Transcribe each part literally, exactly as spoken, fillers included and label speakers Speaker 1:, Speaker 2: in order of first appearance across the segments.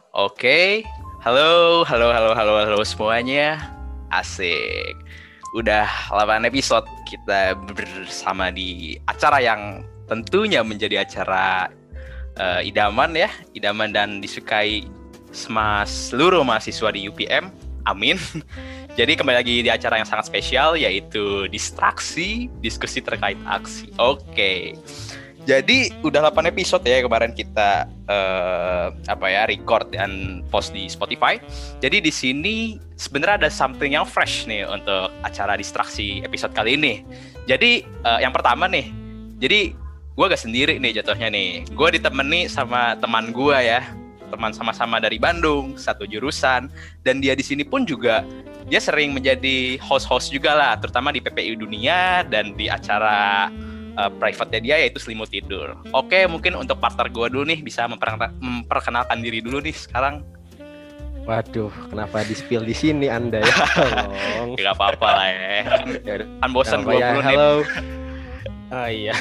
Speaker 1: Oke, halo, halo, halo, halo, halo semuanya. Asik. Udah delapan episode kita bersama di acara yang tentunya menjadi acara uh, idaman ya, idaman dan disukai sama seluruh mahasiswa di U P M. Amin. Jadi kembali lagi di acara yang sangat spesial, yaitu distraksi, diskusi terkait aksi. Oke. Jadi udah delapan episode ya kemarin kita uh, apa ya record dan post di Spotify. Jadi di sini sebenarnya ada something yang fresh nih untuk acara distraksi episode kali ini. Jadi uh, yang pertama nih, jadi gue gak sendiri nih jatuhnya nih. Gue ditemani sama teman gue ya, teman sama-sama dari Bandung, satu jurusan, dan dia di sini pun juga dia sering menjadi host-host juga lah, terutama di P P I Dunia dan di acara Uh, private-nya dia yaitu Selimut Tidur. Oke, mungkin untuk partner gue dulu nih bisa memperkenalkan, memperkenalkan diri dulu nih sekarang.
Speaker 2: Waduh, kenapa di-spill di sini Anda ya? Tolong.
Speaker 1: Gak apa-apa lah ya. Kan bosan gue
Speaker 2: ya,
Speaker 1: dulu
Speaker 2: nih. Halo. Oh iya.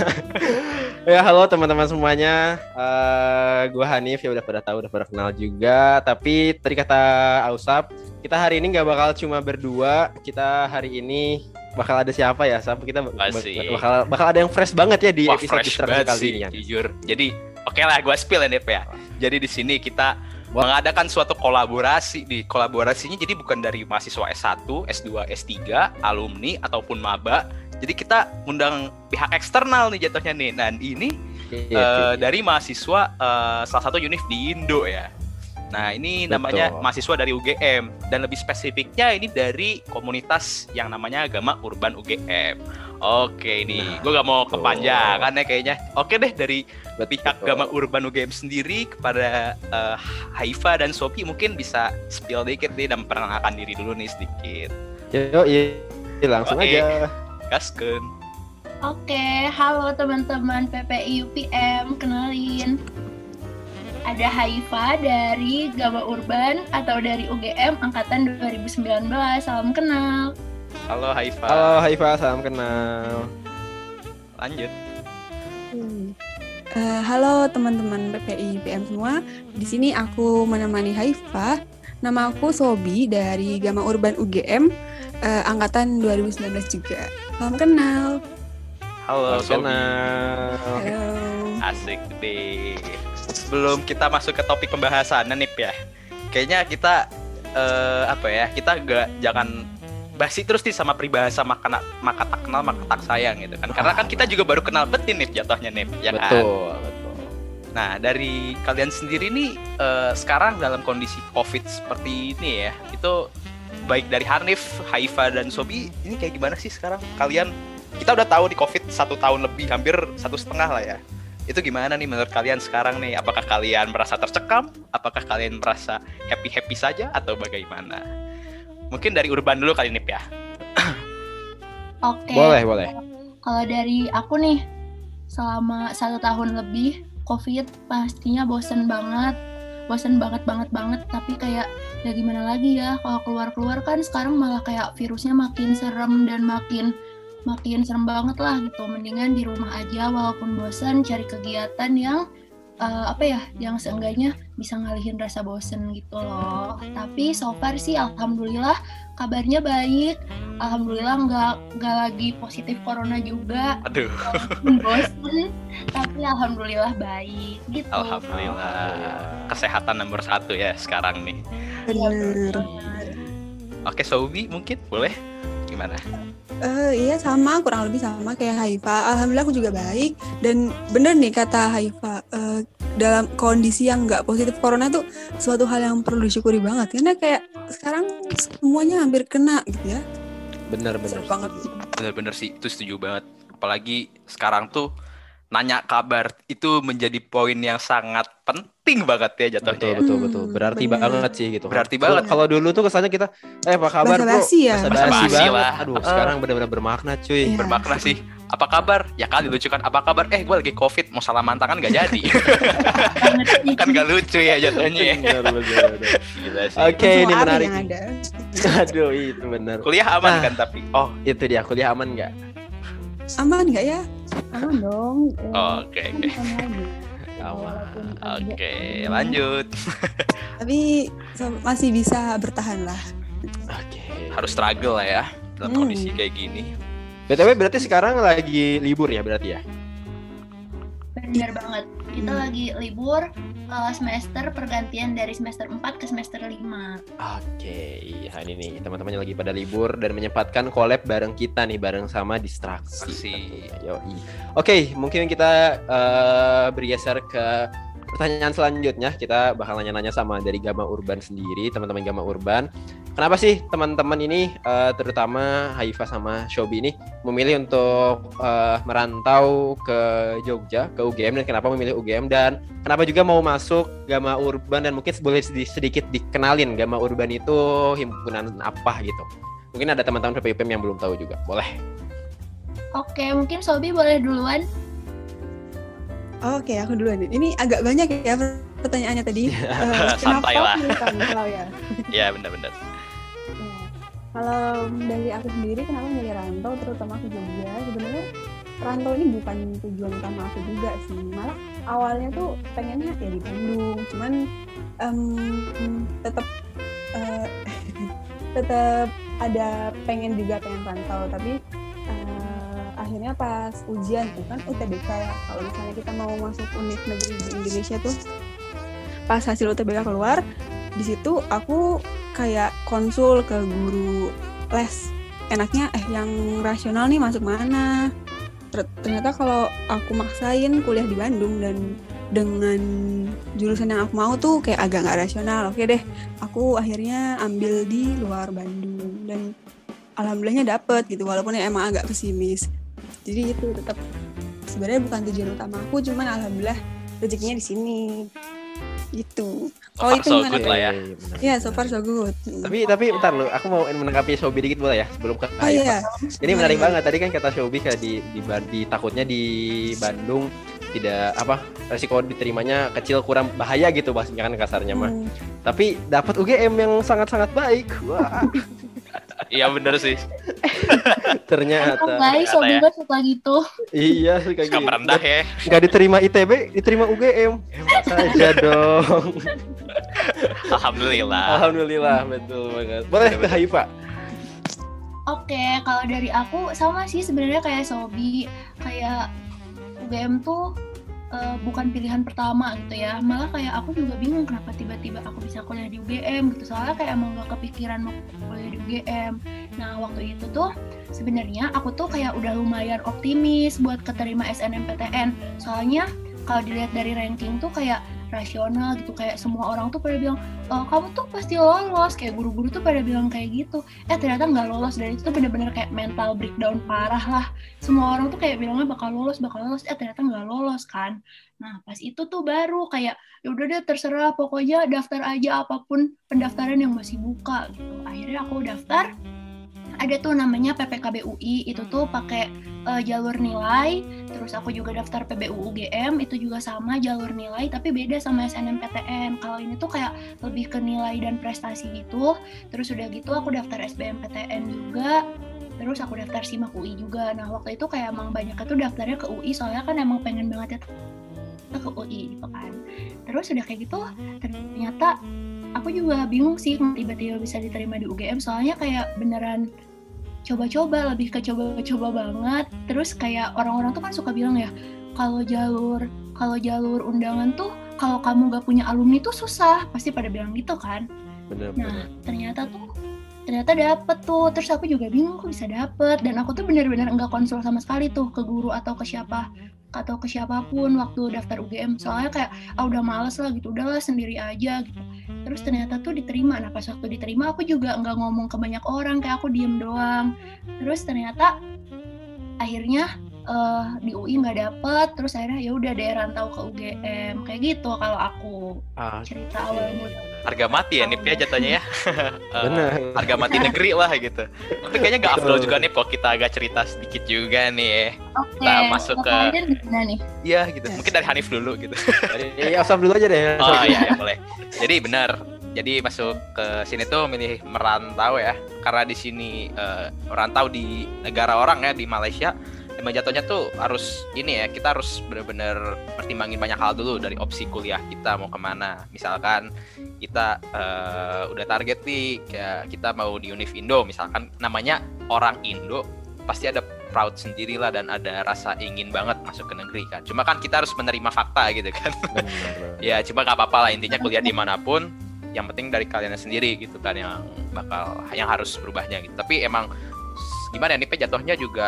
Speaker 2: Ya halo teman-teman semuanya. Uh, gue Hanif ya udah pada tahu, udah pada kenal juga. Tapi tadi kata Ausap, kita hari ini nggak bakal cuma berdua. Kita hari ini bakal ada siapa ya? Sampai kita bakal bakal ada yang fresh banget ya di
Speaker 1: Wah,
Speaker 2: episode distraksi kali ini. Ya.
Speaker 1: Jujur. Jadi oke okay lah, gue spill ya Dep ya. Jadi di sini kita What? mengadakan suatu kolaborasi. Di kolaborasinya jadi bukan dari mahasiswa S satu, S dua, S tiga, alumni ataupun maba. Jadi kita undang pihak eksternal nih jatuhnya nih. Dan ini okay, uh, okay. dari mahasiswa uh, salah satu univ di Indo ya. Nah ini Betul. namanya mahasiswa dari U G M. Dan lebih spesifiknya ini dari komunitas yang namanya Gama Urban U G M. Oke nih, nah, gue gak mau kepanjangan ya kayaknya. Oke deh, dari Betul. pihak Gama Urban U G M sendiri kepada uh, Haifa dan Sophie mungkin bisa spill dikit nih dan memperkenalkan diri dulu nih sedikit.
Speaker 2: Yo, iya, langsung okay. aja.
Speaker 1: Gaskeun.
Speaker 3: Oke, halo teman-teman P P I U P M, kenalin. Ada Haifa dari Gama Urban atau dari U G M angkatan dua ribu sembilan belas. Salam kenal.
Speaker 1: Halo Haifa.
Speaker 2: Halo Haifa, salam kenal.
Speaker 1: Lanjut.
Speaker 4: Hmm. Uh, halo teman-teman P P I U P M semua. Di sini aku menemani Haifa. Nama aku Sobi dari Gama Urban U G M uh, angkatan dua ribu sembilan belas juga. Salam kenal.
Speaker 1: Halo Sobi.
Speaker 4: Halo.
Speaker 1: Asik deh. Sebelum kita masuk ke topik pembahasan nih ya, kayaknya kita uh, apa ya kita gak jangan basi terus nih sama peribahasa maka, maka tak kenal maka tak sayang gitu kan, karena kan kita juga baru kenal betin nih jatuhnya nih ya kan.
Speaker 2: Betul, betul.
Speaker 1: Nah dari kalian sendiri nih uh, sekarang dalam kondisi COVID seperti ini ya, itu baik dari Hanif, Haifa dan Sobi ini kayak gimana sih sekarang kalian? Kita udah tahu di COVID satu tahun lebih, hampir satu setengah lah ya. Itu gimana nih menurut kalian sekarang nih? Apakah kalian merasa tercekam? Apakah kalian merasa happy-happy saja? Atau bagaimana? Mungkin dari Urban dulu kali Nip ya.
Speaker 3: Oke.
Speaker 2: Boleh, boleh.
Speaker 3: Kalau dari aku nih, selama satu tahun lebih, COVID pastinya bosen banget. Bosen banget-banget-banget. Tapi kayak, ya gimana lagi ya? Kalau keluar-keluar kan sekarang malah kayak virusnya makin serem dan makin... makin serem banget lah gitu. Mendingan di rumah aja walaupun bosan, cari kegiatan yang uh, apa ya, yang seenggaknya bisa ngalihin rasa bosan gitu loh. Tapi so far sih alhamdulillah kabarnya baik. Alhamdulillah nggak nggak lagi positif corona juga.
Speaker 1: Aduh.
Speaker 3: Bosan, tapi alhamdulillah baik gitu.
Speaker 1: Alhamdulillah. Kesehatan nomor satu ya sekarang nih.
Speaker 4: Bener.
Speaker 1: Oke, Sobi mungkin boleh gimana?
Speaker 4: Uh, iya sama, kurang lebih sama kayak Haifa. Alhamdulillah aku juga baik. Dan bener nih kata Haifa, uh, dalam kondisi yang gak positif corona tuh suatu hal yang perlu disyukuri banget. Karena kayak sekarang semuanya hampir kena gitu ya.
Speaker 2: Bener-bener
Speaker 4: banget.
Speaker 1: Bener-bener sih, itu setuju banget. Apalagi sekarang tuh nanya kabar itu menjadi poin yang sangat penting banget ya jatuhnya.
Speaker 2: Betul, betul, betul. Berarti hmm, banget sih gitu.
Speaker 1: Berarti banget.
Speaker 2: Kalau dulu tuh kesannya kita, eh apa kabar bro?
Speaker 4: Basa-basi ya.
Speaker 1: Basa-basi
Speaker 2: banget.
Speaker 1: lah.
Speaker 2: Aduh, uh. sekarang benar-benar bermakna cuy.
Speaker 4: Yeah.
Speaker 1: Bermakna sih. Apa kabar? Ya kali lucu kan. Apa kabar? Eh gue lagi COVID, mau salaman tangan gak jadi. Kan gak lucu ya jatuhnya.
Speaker 2: Oke, ini menarik. Aduh, itu benar.
Speaker 1: Kuliah aman
Speaker 2: nah,
Speaker 1: kan tapi?
Speaker 2: Oh, itu dia. Kuliah aman nggak?
Speaker 4: Aman nggak ya? Aman dong.
Speaker 1: Oke, oke.
Speaker 2: Sama.
Speaker 3: walaupun agak
Speaker 1: Oke,
Speaker 3: begini.
Speaker 1: lanjut.
Speaker 4: Tapi so- masih bisa bertahan lah.
Speaker 2: Oke.
Speaker 1: Harus struggle lah ya dalam
Speaker 4: Hmm.
Speaker 1: kondisi kayak gini.
Speaker 2: B T W berarti sekarang lagi libur ya berarti ya?
Speaker 3: Bener banget. Kita
Speaker 4: Hmm.
Speaker 3: lagi libur uh, semester pergantian dari semester empat ke semester lima.
Speaker 2: Oke, iya ini nih teman-temannya lagi pada libur dan menyempatkan collab bareng kita nih bareng sama Distraksi.
Speaker 1: Distraksi.
Speaker 2: Yoi. Oke, mungkin kita eh, bergeser ke pertanyaan selanjutnya. Kita bakal nanya-nanya sama dari Gama Urban sendiri, teman-teman Gama Urban. Kenapa sih teman-teman ini, eh, terutama Haifa sama Shobi ini, memilih untuk eh, merantau ke Jogja, ke U G M, dan kenapa memilih U G M, dan kenapa juga mau masuk Gama Urban, dan mungkin boleh sedi- sedikit dikenalin Gama Urban itu himpunan apa gitu. Mungkin ada teman-teman P P U P M yang belum tahu juga, boleh.
Speaker 3: Oke, mungkin Sobi boleh duluan.
Speaker 4: Oke, aku duluan. Ini agak banyak ya pertanyaannya tadi. Eh,
Speaker 1: Santai lah.
Speaker 4: milih rantau ya?
Speaker 1: Ya benar-benar.
Speaker 5: Nah, kalau dari aku sendiri kenapa milih rantau terutama ke Jogja, sebenarnya rantau ini bukan tujuan utama aku juga sih, malah awalnya tuh pengennya ya di Bandung, cuman
Speaker 4: Em, tetap eh, tetap ada pengen juga pengen rantau, tapi eh, akhirnya pas ujian tuh kan U T B K ya, kalau misalnya kita mau masuk univ negeri di Indonesia tuh pas hasil U T B K keluar, di situ aku kayak konsul ke guru les, enaknya eh yang rasional nih masuk mana. Ter- ternyata kalau aku maksain kuliah di Bandung dan dengan jurusan yang aku mau tuh kayak agak nggak rasional, oke deh aku akhirnya ambil di luar Bandung dan alhamdulillahnya dapet gitu, walaupun ya emang agak pesimis. Jadi itu tetap sebenarnya bukan tujuan utama aku, cuman alhamdulillah rezekinya di sini gitu.
Speaker 1: So
Speaker 4: Oh
Speaker 1: far
Speaker 4: itu
Speaker 1: so
Speaker 4: gimana?
Speaker 1: good lah ya.
Speaker 2: benar,
Speaker 4: Iya,
Speaker 2: benar.
Speaker 4: so far so good.
Speaker 2: Tapi tapi bentar lu, aku mau menanggapi Shobi dikit boleh ya sebelum ke
Speaker 4: Oh
Speaker 2: Haifa.
Speaker 4: iya.
Speaker 2: Ini menarik banget, tadi kan kata Shobi kayak di, di, Ban- di takutnya di Bandung tidak apa resiko diterimanya kecil, kurang bahaya gitu bahasanya kan kasarnya mah.
Speaker 4: Hmm.
Speaker 2: Tapi dapat U G M yang sangat-sangat baik. Wah,
Speaker 1: Iya benar sih.
Speaker 2: ternyata.
Speaker 3: Oh guys,
Speaker 1: ternyata
Speaker 3: Sobi
Speaker 1: ya.
Speaker 3: kan suka gitu.
Speaker 2: Iya, kayak
Speaker 1: Suka
Speaker 2: gitu.
Speaker 1: merendah ya.
Speaker 2: Nggak diterima I T B, diterima U G M. Hebat saja dong.
Speaker 1: Alhamdulillah.
Speaker 2: Alhamdulillah, betul banget. Boleh ke Haifa.
Speaker 3: Oke, kalau dari aku sama sih sebenarnya kayak Sobi, kayak U G M tuh uh, bukan pilihan pertama gitu ya. Malah kayak aku juga bingung kenapa tiba-tiba aku bisa kuliah di U G M gitu. Soalnya kayak emang gak kepikiran mau kuliah di U G M. Nah, waktu itu tuh sebenarnya aku tuh kayak udah lumayan optimis buat keterima S N M P T N. Soalnya kalau dilihat dari ranking tuh kayak rasional gitu, kayak semua orang tuh pada bilang oh, kamu tuh pasti lolos, kayak guru-guru tuh pada bilang kayak gitu. Eh ternyata nggak lolos, dan itu tuh bener-bener kayak mental breakdown parah lah. Semua orang tuh kayak bilangnya bakal lolos, bakal lolos, eh ternyata nggak lolos kan. Nah pas itu tuh baru kayak ya udah deh terserah, pokoknya daftar aja apapun pendaftaran yang masih buka gitu. Akhirnya aku daftar, ada tuh namanya P P K B U I, itu tuh pakai uh, jalur nilai. Terus aku juga daftar P B U U G M, itu juga sama jalur nilai tapi beda sama S N M P T N. Kalau ini tuh kayak lebih ke nilai dan prestasi gitu. Terus udah gitu aku daftar S B M P T N juga. Terus aku daftar SIMAK U I juga. Nah waktu itu kayak emang banyak tuh daftarnya ke U I, soalnya kan emang pengen banget ya ke U I gitu kan. Terus udah kayak gitu ternyata aku juga bingung sih tiba-tiba bisa diterima di U G M, soalnya kayak beneran coba-coba, lebih ke coba-coba banget. Terus kayak orang-orang tuh kan suka bilang ya, kalau jalur kalau jalur undangan tuh kalau kamu gak punya alumni tuh susah, pasti pada bilang gitu kan.
Speaker 2: Benar-benar.
Speaker 3: Nah ternyata tuh ternyata dapet tuh. Terus aku juga bingung kok bisa dapet, dan aku tuh benar-benar enggak konsul sama sekali tuh ke guru atau ke siapa atau ke siapapun waktu daftar U G M, soalnya kayak ah udah males lah gitu, udahlah sendiri aja gitu. Terus ternyata tuh diterima. Nah pas waktu diterima aku juga nggak ngomong ke banyak orang, kayak aku diem doang. Terus ternyata akhirnya uh, di U I nggak dapet. Terus akhirnya ya udah deh rantau ke U G M kayak gitu kalau aku
Speaker 2: Ah,
Speaker 3: cerita awal mula.
Speaker 1: Harga mati ya Nip ya jatuhnya ya. Eh,
Speaker 2: benar.
Speaker 1: Harga mati negeri lah gitu. Tapi kayaknya gak afdol juga nih kalau kita agak cerita sedikit juga nih.
Speaker 3: Oke,
Speaker 1: Nah, masuk ke-
Speaker 3: kalian gimana nih?
Speaker 1: Iya gitu. Mungkin dari Hanif dulu gitu.
Speaker 2: Iya, Asam dulu aja deh.
Speaker 1: Oh iya, ya, boleh. Jadi benar. Jadi masuk ke sini tuh milih merantau ya. Karena di sini eh, merantau di negara orang ya, di Malaysia. emang jatuhnya tuh harus ini ya, kita harus benar-benar pertimbangin banyak hal dulu dari opsi kuliah kita mau kemana. Misalkan kita uh, udah target nih kayak kita mau di Univ Indo, misalkan namanya orang Indo pasti ada proud sendirilah dan ada rasa ingin banget masuk ke negeri kan. Cuma kan kita harus menerima fakta gitu kan. Ya cuma nggak apa-apa lah, intinya kuliah dimanapun yang penting dari kalian sendiri gitu kan yang bakal yang harus berubahnya gitu. Tapi emang gimana nih Pe, jatuhnya juga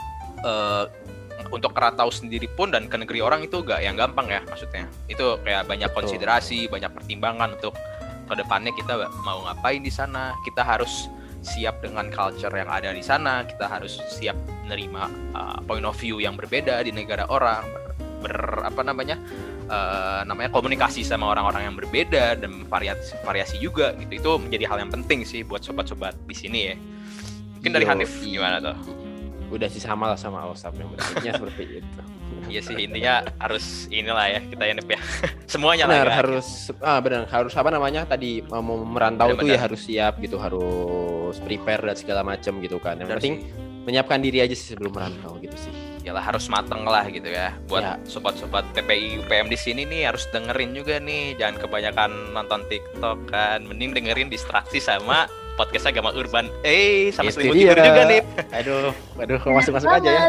Speaker 1: uh, untuk kerantau sendiri pun dan ke negeri orang itu gak yang gampang ya, maksudnya itu kayak banyak
Speaker 2: Betul.
Speaker 1: konsiderasi, banyak pertimbangan untuk kedepannya kita mau ngapain di sana. Kita harus siap dengan culture yang ada di sana, kita harus siap menerima uh, point of view yang berbeda di negara orang, ber, ber apa namanya uh, namanya komunikasi sama orang-orang yang berbeda dan variasi variasi juga gitu. Itu menjadi hal yang penting sih buat sobat-sobat di sini ya. Mungkin dari
Speaker 2: Yo,
Speaker 1: Hanif gimana tuh?
Speaker 2: Udah sih sama lah sama Ausap yang bentuknya seperti itu.
Speaker 1: Iya sih, intinya harus inilah ya kita ya Nip ya. Semuanya
Speaker 2: Benar,
Speaker 1: lah ya.
Speaker 2: harus ah benar harus apa namanya tadi mau merantau tuh
Speaker 1: Benar-benar.
Speaker 2: ya harus siap gitu, harus prepare dan segala macam gitu kan. Yang
Speaker 1: Benar
Speaker 2: penting
Speaker 1: sih.
Speaker 2: menyiapkan diri aja sih sebelum merantau gitu sih.
Speaker 1: Yalah harus mateng lah gitu ya. Buat
Speaker 2: Ya.
Speaker 1: sobat-sobat P P I U P M di sini nih harus dengerin juga nih, jangan kebanyakan nonton TikTok kan. Mending dengerin distraksi sama podcastnya Gama Urban. Eh, sama
Speaker 2: Itu
Speaker 1: selimut
Speaker 2: dia.
Speaker 1: tidur juga nih.
Speaker 2: Aduh, aduh masuk-masuk aja ya.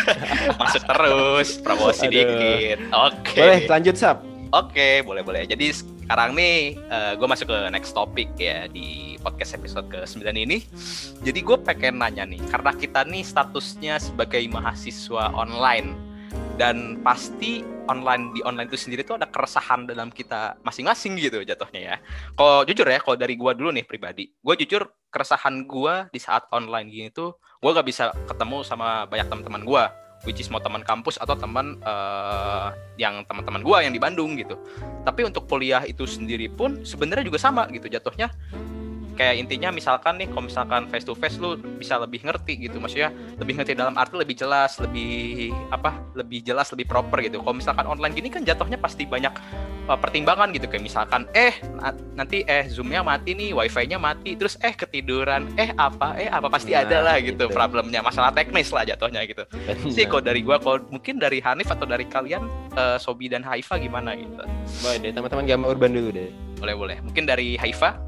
Speaker 1: Masuk terus, promosi
Speaker 2: Aduh.
Speaker 1: dikit. Oke.
Speaker 2: Boleh lanjut Sap.
Speaker 1: Oke, boleh-boleh. Jadi sekarang nih gue masuk ke next topic ya di podcast episode ke sembilan ini. Jadi gue pengen nanya nih, karena kita nih statusnya sebagai mahasiswa online dan pasti online di online itu sendiri tuh ada keresahan dalam kita masing-masing gitu jatuhnya ya. Kalau jujur ya, kalau dari gue dulu nih pribadi, gue jujur keresahan gue di saat online gini tuh gue gak bisa ketemu sama banyak teman-teman gue, which is mau teman kampus atau teman uh, yang teman-teman gue yang di Bandung gitu. Tapi untuk kuliah itu sendiri pun sebenarnya juga sama gitu jatuhnya. Kayak intinya misalkan nih, kalau misalkan face to face lu bisa lebih ngerti gitu, maksudnya lebih ngerti dalam arti lebih jelas, lebih apa, lebih jelas, lebih proper gitu. Kalau misalkan online gini kan jatuhnya pasti banyak uh, pertimbangan gitu, kayak misalkan eh na- nanti eh zoomnya mati nih, wifi-nya mati, terus eh ketiduran, eh apa, eh apa pasti
Speaker 2: Nah,
Speaker 1: ada lah gitu
Speaker 2: gitu.
Speaker 1: problemnya, masalah teknis lah jatuhnya gitu. Sih kalau dari gua, kalau mungkin dari Hanif atau dari kalian uh, Sobi dan Haifa gimana gitu?
Speaker 2: Boleh deh teman-teman Gama Urban dulu deh.
Speaker 1: Boleh boleh. Mungkin dari Haifa.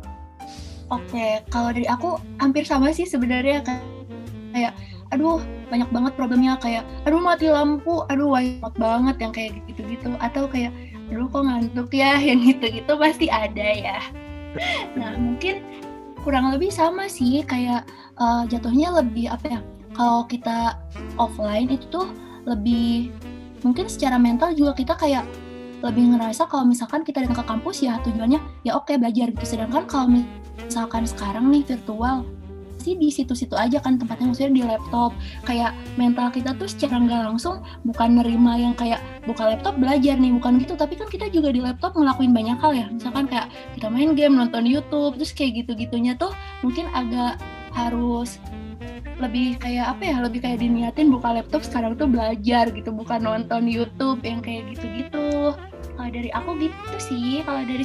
Speaker 3: Oke, kalau dari aku hampir sama sih sebenarnya, kayak, kayak aduh banyak banget problemnya, kayak aduh mati lampu, aduh wifi banget yang kayak gitu-gitu, atau kayak aduh kok ngantuk ya, yang gitu-gitu pasti ada ya. Nah mungkin kurang lebih sama sih, kayak uh, jatuhnya lebih apa ya, kalau kita offline itu tuh lebih mungkin secara mental juga kita kayak lebih ngerasa kalau misalkan kita datang ke kampus ya tujuannya ya oke belajar gitu, sedangkan kalau misalkan sekarang nih virtual sih di situ-situ aja kan tempatnya, maksudnya di laptop, kayak mental kita tuh secara nggak langsung bukan nerima yang kayak buka laptop belajar nih, bukan gitu, tapi kan kita juga di laptop ngelakuin banyak hal ya, misalkan kayak kita main game, nonton YouTube, terus kayak gitu-gitunya tuh mungkin agak harus lebih kayak apa ya, lebih kayak diniatin buka laptop sekarang tuh belajar gitu, bukan nonton YouTube yang kayak gitu-gitu. Kalau dari aku gitu sih, kalau dari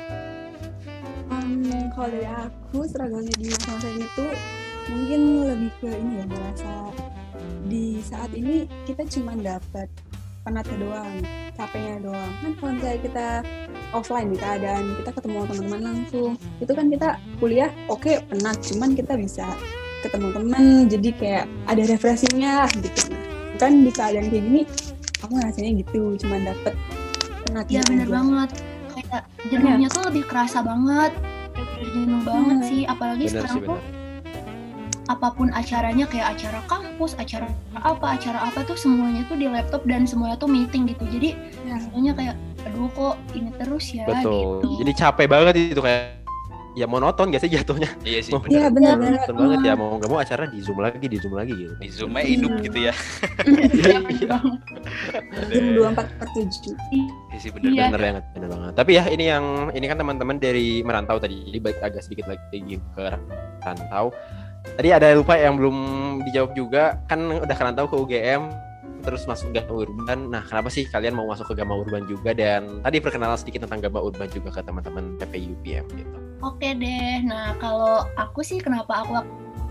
Speaker 5: Um, kalau dari aku struggle-nya di masa-masa ini tuh mungkin lebih ke ini ya, merasa di saat ini kita cuma dapat penatnya doang, capeknya doang. Kan kalau misalnya kita offline di keadaan kita ketemu teman-teman langsung, itu kan kita kuliah oke okay, penat, cuman kita bisa ketemu teman, jadi kayak ada refreshingnya lah gitu. Kan di keadaan kayak gini aku rasanya gitu, cuma dapet penatnya.
Speaker 3: ya bener
Speaker 5: aja.
Speaker 3: banget, kayak jenuhnya tuh lebih kerasa banget, bener jenuh banget
Speaker 5: Hmm.
Speaker 3: sih, apalagi
Speaker 2: Benar
Speaker 3: sekarang
Speaker 2: sih
Speaker 3: tuh
Speaker 2: benar.
Speaker 3: apapun acaranya, kayak acara kampus, acara apa, acara apa tuh semuanya tuh di laptop dan semuanya tuh meeting gitu, jadi
Speaker 5: Ya.
Speaker 3: rasanya kayak aduh kok ini terus ya
Speaker 2: Betul.
Speaker 3: gitu.
Speaker 2: Jadi capek banget itu kayak ya monoton gak sih jatuhnya?
Speaker 1: Iya sih
Speaker 2: Oh,
Speaker 5: Iya
Speaker 1: bener.
Speaker 5: benar-benar.
Speaker 2: Monoton banget ya, mau nggak mau acara di zoom lagi, di zoom lagi gitu.
Speaker 1: Di Zoom-nya hidup
Speaker 5: Iya.
Speaker 1: gitu ya.
Speaker 3: Iya, bener banget.
Speaker 5: Jam dua puluh empat per tujuh.
Speaker 1: Iya sih bener.
Speaker 3: Iya.
Speaker 2: Bener banget, bener banget. Tapi ya ini yang ini kan teman-teman dari merantau tadi, jadi balik agak sedikit lagi ke rantau. Tadi ada lupa yang belum dijawab juga, kan udah kerantau ke U G M, terus masuk Gama Urban. Nah, kenapa sih kalian mau masuk ke Gama Urban juga? Dan tadi perkenalan sedikit tentang Gama Urban juga ke teman-teman P P I U P M gitu.
Speaker 3: Oke deh, nah kalau aku sih kenapa aku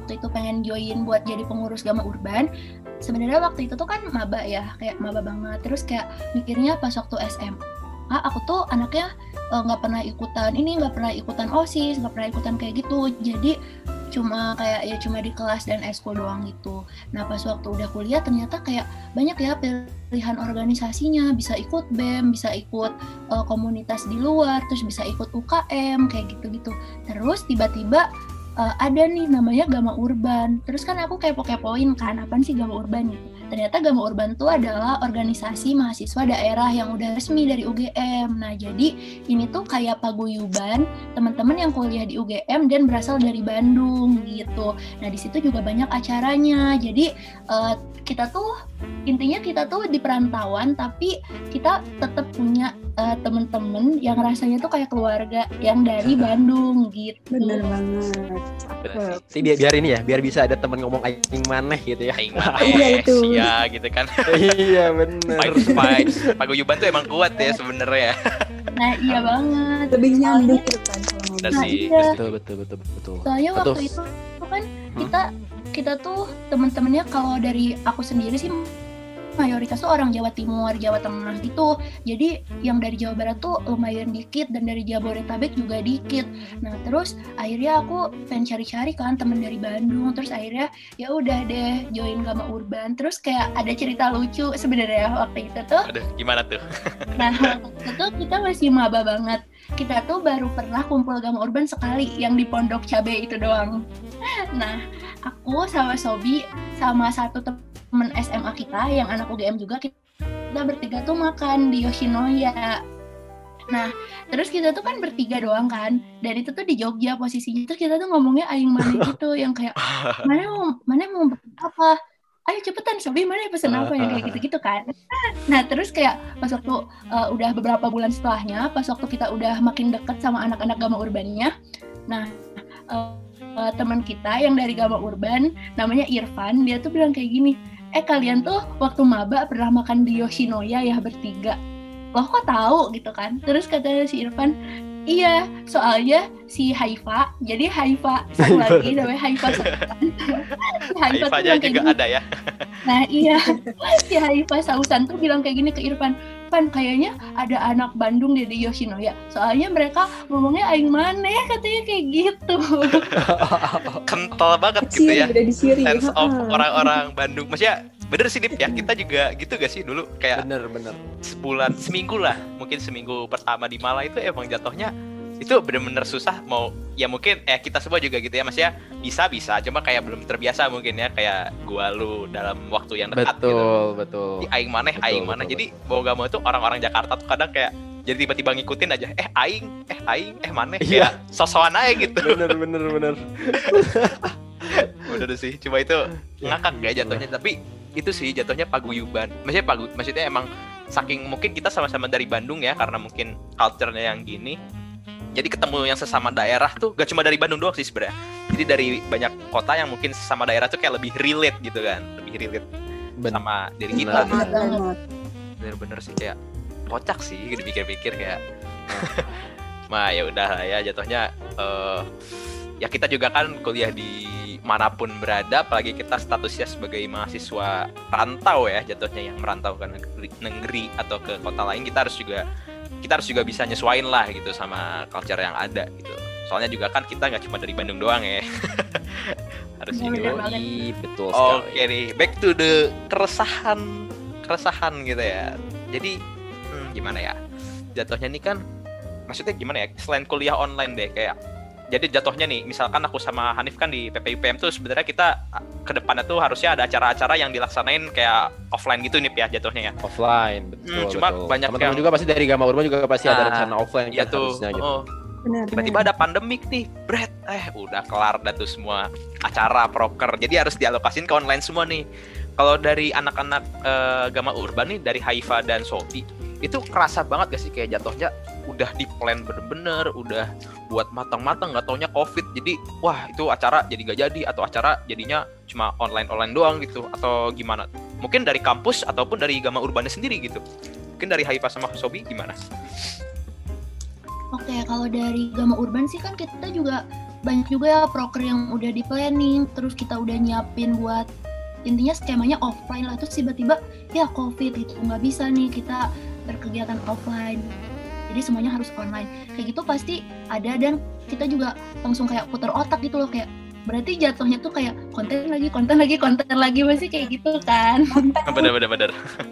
Speaker 3: waktu itu pengen join buat jadi pengurus Gama Urban. Sebenarnya waktu itu tuh kan maba ya, kayak maba banget. Terus kayak mikirnya pas waktu S M A aku tuh anaknya nggak uh, pernah ikutan ini, nggak pernah ikutan OSIS, nggak pernah ikutan kayak gitu. Jadi cuma kayak ya cuma di kelas dan eskul doang gitu. Nah pas waktu udah kuliah ternyata kayak banyak ya pilihan organisasinya, bisa ikut B E M, bisa ikut uh, komunitas di luar, terus bisa ikut U K M kayak gitu-gitu. Terus tiba-tiba uh, ada nih namanya Gama Urban. Terus kan aku kepo-kepoin kan, apaan sih Gama Urban gitu. Ternyata Gama Urban itu adalah organisasi mahasiswa daerah yang udah resmi dari U G M. Nah, jadi ini tuh kayak paguyuban teman-teman yang kuliah di U G M dan berasal dari Bandung gitu. Nah, di situ juga banyak acaranya. Jadi uh, kita tuh intinya kita tuh di perantauan tapi kita tetap punya uh, teman-teman yang rasanya tuh kayak keluarga yang dari Bandung gitu.
Speaker 5: Bener banget. Cakep.
Speaker 2: Sih biar, biar ini ya, biar bisa ada teman ngomong aing maneh gitu ya.
Speaker 1: Aing maneh, ya gitu kan.
Speaker 2: Iya bener.
Speaker 1: Paguyuban tuh emang kuat ya sebenarnya.
Speaker 3: Nah iya banget.
Speaker 5: Lebih nyambung gitu kan kalau ngomong.
Speaker 1: Nah,
Speaker 3: nah,
Speaker 1: sih.
Speaker 3: iya.
Speaker 2: Betul betul betul betul.
Speaker 3: Soalnya
Speaker 2: betul.
Speaker 3: waktu itu kan kita kita tuh teman-temannya kalau dari aku sendiri sih mayoritas tuh orang Jawa Timur, Jawa Tengah gitu. Jadi yang dari Jawa Barat tuh lumayan dikit dan dari Jabodetabek juga dikit. Nah terus akhirnya aku pengen cari-cari kan temen dari Bandung. Terus akhirnya ya udah deh join Gama Urban. Terus kayak ada cerita lucu sebenarnya waktu itu tuh.
Speaker 1: Aduh, gimana tuh?
Speaker 3: Nah waktu itu kita masih maba banget. Kita tuh baru pernah kumpul Gama Urban sekali yang di Pondok Cabe itu doang. Nah aku sama Sobi sama satu temen S M A kita yang anak U G M juga, kita bertiga tuh makan di Yoshinoya. Nah, terus kita tuh kan bertiga doang kan, dan itu tuh di Jogja posisinya. Terus kita tuh ngomongnya aing mana gitu, yang kayak mana mau mana mau apa? Ayo cepetan Sobi, mana pesen apa yang kayak gitu-gitu kan. Nah, terus kayak pas waktu uh, udah beberapa bulan setelahnya, pas waktu kita udah makin deket sama anak-anak Gama Urbannya, nah uh, uh, teman kita yang dari Gama Urban namanya Irfan, dia tuh bilang kayak gini, eh kalian tuh waktu maba pernah makan di Yoshinoya ya bertiga. Loh kok tahu gitu kan. Terus kata si Irfan, iya soalnya si Haifa, jadi Haifa satu lagi namanya Haifa Sausan. Si
Speaker 1: Haifanya juga
Speaker 3: gini,
Speaker 1: ada ya.
Speaker 3: Nah iya, si Haifa Sausan tuh bilang kayak gini ke Irfan, Pan kayaknya ada anak Bandung deh di Yoshinoya, soalnya mereka ngomongnya aing maneh katanya kayak gitu.
Speaker 1: Kental banget gitu ya.
Speaker 5: Udah disiri.
Speaker 1: Sense of orang-orang Bandung. Maksudnya bener sih Dip ya, kita juga gitu gak sih dulu kayak
Speaker 2: bener bener
Speaker 1: sebulan seminggu lah, mungkin seminggu pertama di Malang itu emang jatuhnya itu bener-bener susah mau ya mungkin eh kita semua juga gitu ya, maksudnya bisa bisa cuma kayak belum terbiasa mungkin ya, kayak gua lu dalam waktu yang dekat
Speaker 2: betul
Speaker 1: gitu.
Speaker 2: betul
Speaker 1: Di aing maneh
Speaker 2: betul,
Speaker 1: aing
Speaker 2: betul,
Speaker 1: maneh
Speaker 2: betul.
Speaker 1: Jadi mau gak mau tuh orang-orang Jakarta tuh kadang kayak jadi tiba-tiba ngikutin aja eh aing eh aing eh maneh
Speaker 2: Iya.
Speaker 1: kayak sosokan aja gitu.
Speaker 2: bener bener bener
Speaker 1: Bener sih, cuma itu ngakak ya jatuhnya, tapi itu sih jatuhnya paguyuban. Maksudnya pagu, maksudnya emang saking mungkin kita sama-sama dari Bandung ya, karena mungkin culture-nya yang gini. Jadi ketemu yang sesama daerah tuh gak cuma dari Bandung doang sih sebenarnya. Jadi dari banyak kota yang mungkin sesama daerah tuh kayak lebih relate gitu kan, lebih relate
Speaker 2: Ben-
Speaker 1: sama diri kita.
Speaker 2: bener.
Speaker 5: banget.
Speaker 1: Bener-bener sih kayak kocak sih, gitu pikir-pikir kayak. Nah ya udah lah ya jatuhnya. Uh, ya kita juga kan kuliah di manapun berada, apalagi kita statusnya sebagai mahasiswa rantau ya jatuhnya, yang merantau ke negeri, negeri atau ke kota lain, kita harus juga kita harus juga bisa nyesuain lah gitu sama culture yang ada gitu. Soalnya juga kan kita nggak cuma dari Bandung doang ya. Harus
Speaker 3: Bener
Speaker 1: ini.
Speaker 3: banget.
Speaker 2: Ih, betul sekali.
Speaker 1: Oke nih, back to the keresahan keresahan gitu ya. Jadi hmm, gimana ya? Jatuhnya nih kan, maksudnya gimana ya? Selain kuliah online deh kayak. Jadi jatuhnya nih, misalkan aku sama Hanif kan di P P I P M tuh sebenarnya kita ke depannya tuh harusnya ada acara-acara yang dilaksanain kayak offline gitu nih ya jatuhnya ya.
Speaker 2: Offline, betul.
Speaker 1: Hmm, cuma
Speaker 2: betul.
Speaker 1: banyak
Speaker 2: teman-teman
Speaker 1: yang-
Speaker 2: juga pasti dari Gama Urban juga pasti ada
Speaker 1: Nah,
Speaker 2: rencana offline
Speaker 1: Iya
Speaker 2: kan
Speaker 1: tuh.
Speaker 2: harusnya gitu.
Speaker 1: Oh,
Speaker 5: Benar.
Speaker 1: tiba-tiba ada pandemik nih, Bret. Eh, udah kelar dah tuh semua acara proker. Jadi harus dialokasin ke online semua nih. Kalau dari anak-anak eh, Gama Urban nih, dari Haifa dan Sobi, itu kerasa banget gak sih kayak jatuhnya udah di plan bener-bener, udah buat matang-matang, nggak taunya COVID. Jadi wah itu acara jadi gak jadi, atau acara jadinya cuma online-online doang gitu, atau gimana? Mungkin dari kampus ataupun dari Gama Urbannya sendiri gitu. Mungkin dari Haifa sama Sobi gimana?
Speaker 3: Oke, kalau dari Gama Urban sih kan kita juga banyak juga ya proker yang udah di planning, terus kita udah nyiapin buat intinya skemanya offline lah, terus tiba-tiba ya COVID itu nggak bisa nih kita berkegiatan offline, jadi semuanya harus online. Kayak gitu pasti ada, dan kita juga langsung kayak putar otak gitu loh, kayak berarti jatuhnya tuh kayak konten lagi, konten lagi, konten lagi, masih kayak gitu kan.
Speaker 1: Bener-bener.